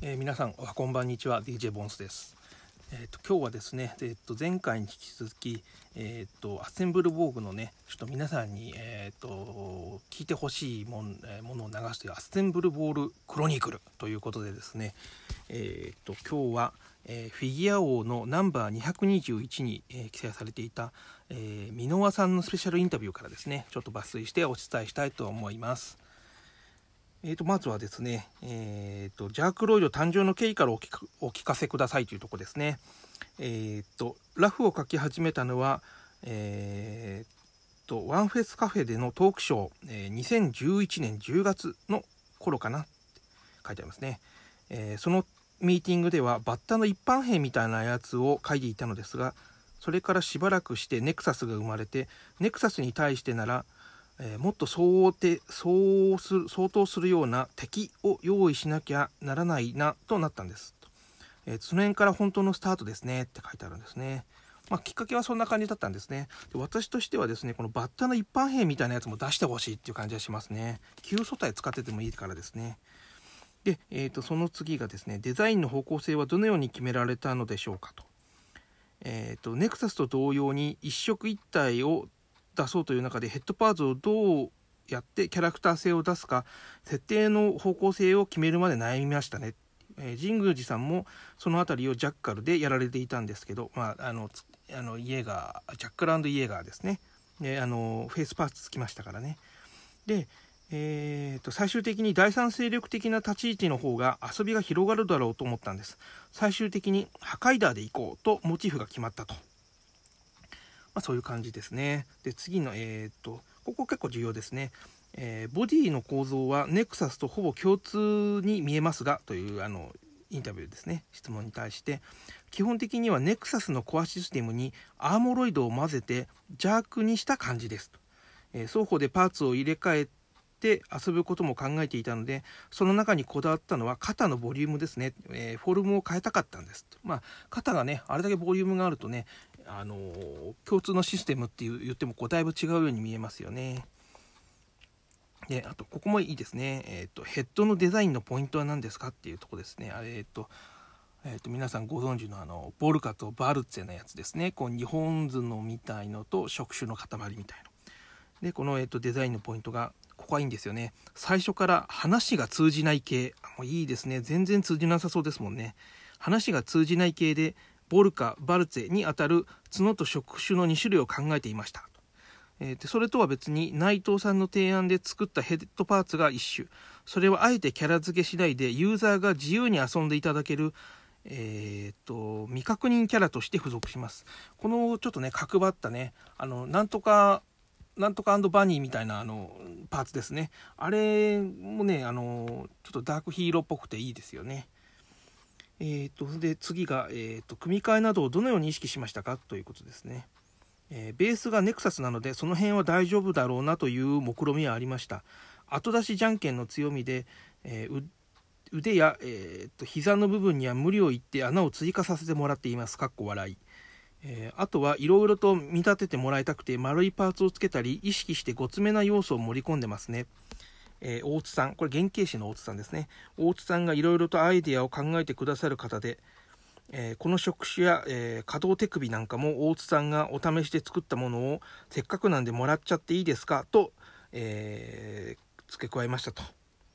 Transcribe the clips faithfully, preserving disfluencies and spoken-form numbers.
えー、皆さんおはこんばんにちは。 ディージェー ボンスです。えー、と今日はですね、えー、と前回に引き続き、えー、とアッセンブルボーグのねちょっと皆さんに、えー、と聞いてほしいもん、えー、ものを流すというアッセンブルボールクロニクルということでですね、えー、と今日は、えー、フィギュア王のナンバーにひゃくにじゅういちに、えー、記載されていた、えー、箕輪さんのスペシャルインタビューからですねちょっと抜粋してお伝えしたいと思います。えー、とまずはですね、えー、とジャーク・ロイド誕生の経緯からお聞かお聞かせくださいというところですね。えー、とラフを書き始めたのは、えー、とワンフェスカフェでのトークショー、えー、にせんじゅういちねんじゅうがつの頃かなって書いてありますね。えー、そのミーティングではバッタの一般兵みたいなやつを書いていたのですが、それからしばらくしてネクサスが生まれて、ネクサスに対してならえー、もっと相て相する相当するような敵を用意しなきゃならないなとなったんです。えー、その辺から本当のスタートですねって書いてあるんですね。まあ、きっかけはそんな感じだったんですね。で私としてはですね、このバッタの一般兵みたいなやつも出してほしいっていう感じがしますね。旧素体使っててもいいからですね。で、えー、とその次がですね、デザインの方向性はどのように決められたのでしょうかと。えー、とネクサスと同様に一色一体を出そうという中で、ヘッドパーツをどうやってキャラクター性を出すか、設定の方向性を決めるまで悩みましたね。えー、神宮寺さんもそのあたりをジャッカルでやられていたんですけど、まあ、あのあのイエガージャッカル&イエガーですね。であのフェイスパーツつきましたからね。で、えー、と最終的に第三勢力的な立ち位置の方が遊びが広がるだろうと思ったんです。最終的に破壊ダーで行こうとモチーフが決まったと。まあ、そういう感じですね。で次の、えー、とここ結構重要ですね。えー、ボディの構造はネクサスとほぼ共通に見えますがというあのインタビューですね。質問に対して基本的にはネクサスのコアシステムにアーモロイドを混ぜて邪悪にした感じですと。えー、双方でパーツを入れ替えて遊ぶことも考えていたので、その中にこだわったのは肩のボリュームですね。えー、フォルムを変えたかったんですと。まあ肩がねあれだけボリュームがあるとね、あのー、共通のシステムっていう言ってもこうだいぶ違うように見えますよね。であとここもいいですね。えー、とヘッドのデザインのポイントは何ですかっていうとこですね。あれ、えーとえー、と皆さんご存知のあのボルカとバルツェのやつですね。こう日本図のみたいのと触手の塊みたいので、この、えー、とデザインのポイントがここはいいんですよね。最初から話が通じない系、もういいですね。全然通じなさそうですもんね。話が通じない系でボルカ、バルツェにあたる角と触手のに種類を考えていました。えー、でそれとは別に内藤さんの提案で作ったヘッドパーツが一種。それはあえてキャラ付け次第でユーザーが自由に遊んでいただけるえー、と未確認キャラとして付属します。このちょっとね角張ったね、あのなんとかなんとか&バニーみたいなあのパーツですね。あれもね、あのちょっとダークヒーローっぽくていいですよね。えー、とで次が、えー、と組み替えなどをどのように意識しましたかということですね。えー、ベースがネクサスなのでその辺は大丈夫だろうなという目論みはありました。後出しじゃんけんの強みで、えー、腕や、えー、と膝の部分には無理を言って穴を追加させてもらっています。かっこ笑い。えー、あとはいろいろと見立ててもらいたくて丸いパーツをつけたり意識してごつめな要素を盛り込んでますね。えー、大津さん、これ原型師の大津さんですね。大津さんがいろいろとアイデアを考えてくださる方で、えー、この触手や、えー、可動手首なんかも大津さんがお試しで作ったものをせっかくなんでもらっちゃっていいですかと、えー、付け加えましたと。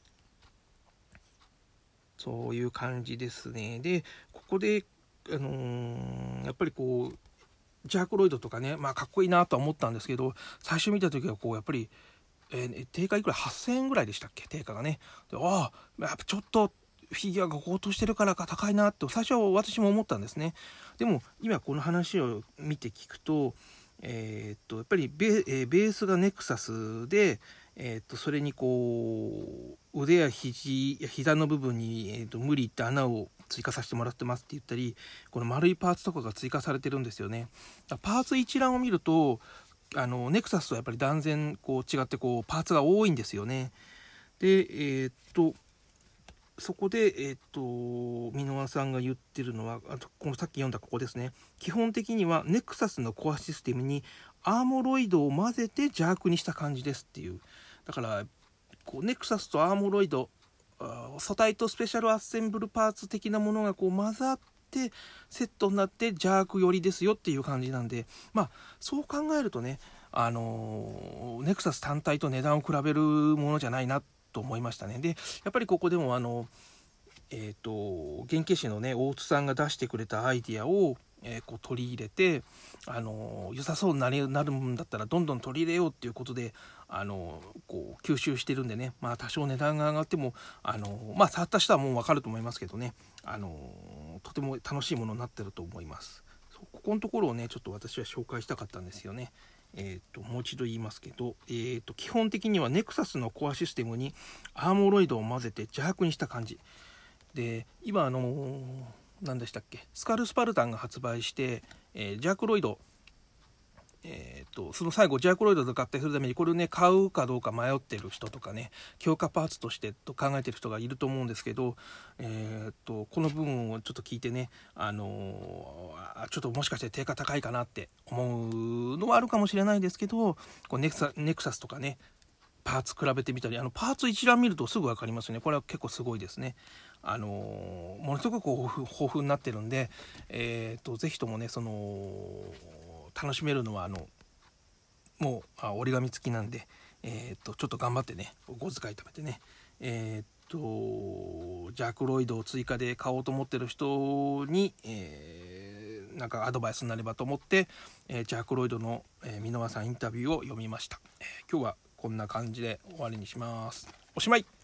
そういう感じですね。でここで、あのー、やっぱりこうジャークロイドとかね、まあかっこいいなとは思ったんですけど、最初見た時はこうやっぱり、えー、定価いくらはっせんえんぐらいでしたっけ、定価がね。でああやっぱちょっとフィギュアが高騰してるからか高いなって最初は私も思ったんですね。でも今この話を見て聞くと、えー、っとやっぱり ベ,、えー、ベースがネクサスで、えー、っとそれにこう腕や肘や膝の部分に、えー、っと無理言って穴を追加させてもらってますって言ったり、この丸いパーツとかが追加されてるんですよね。パーツ一覧を見るとあのネクサスとやっぱり断然こう違ってこうパーツが多いんですよね。でえー、っとそこで、えー、っと箕輪さんが言ってるのは、あとこのさっき読んだここですね。基本的にはネクサスのコアシステムにアーモロイドを混ぜて邪悪にした感じですっていう。だからこうネクサスとアーモロイド素体とスペシャルアッセンブルパーツ的なものがこう混ざってセットになって邪悪寄りですよっていう感じなんで、まあそう考えるとね、あのネクサス単体と値段を比べるものじゃないなと思いましたね。でやっぱりここでもあのえーと原型師のね大津さんが出してくれたアイディアを、えー、こう取り入れて、あの良さそうになるんだったらどんどん取り入れようっていうことで、あのこう吸収してるんでね、まあ多少値段が上がっても、あのまあ触った人はもう分かると思いますけどね、あのとても楽しいものになってると思います。ここのところをねちょっと私は紹介したかったんですよね。えー、ともう一度言いますけど、えー、と基本的にはネクサスのコアシステムにアーモロイドを混ぜて邪悪にした感じで、今あのー、何でしたっけ、スカルスパルタンが発売して、えー、ジャークロイド、えー、とその最後ジャークロイドと合体するためにこれをね買うかどうか迷ってる人とかね、強化パーツとしてと考えてる人がいると思うんですけど、えー、とこの部分をちょっと聞いてね、あのー、ちょっともしかして定価高いかなって思うのはあるかもしれないですけど、こうネクサ、ネクサスとかねパーツ比べてみたり、あのパーツ一覧見るとすぐ分かりますよね。これは結構すごいですね。あのー、ものすごく豊富、豊富になってるんで、えー、とぜひともねその楽しめるのはあのもうあ折り紙付きなんで、えー、とちょっと頑張ってねお小遣い貯めてね、えー、とジャークロイドを追加で買おうと思ってる人に、えー、なんかアドバイスになればと思って、えー、ジャークロイドの、えー、箕輪さんインタビューを読みました。えー、今日はこんな感じで終わりにします。おしまい。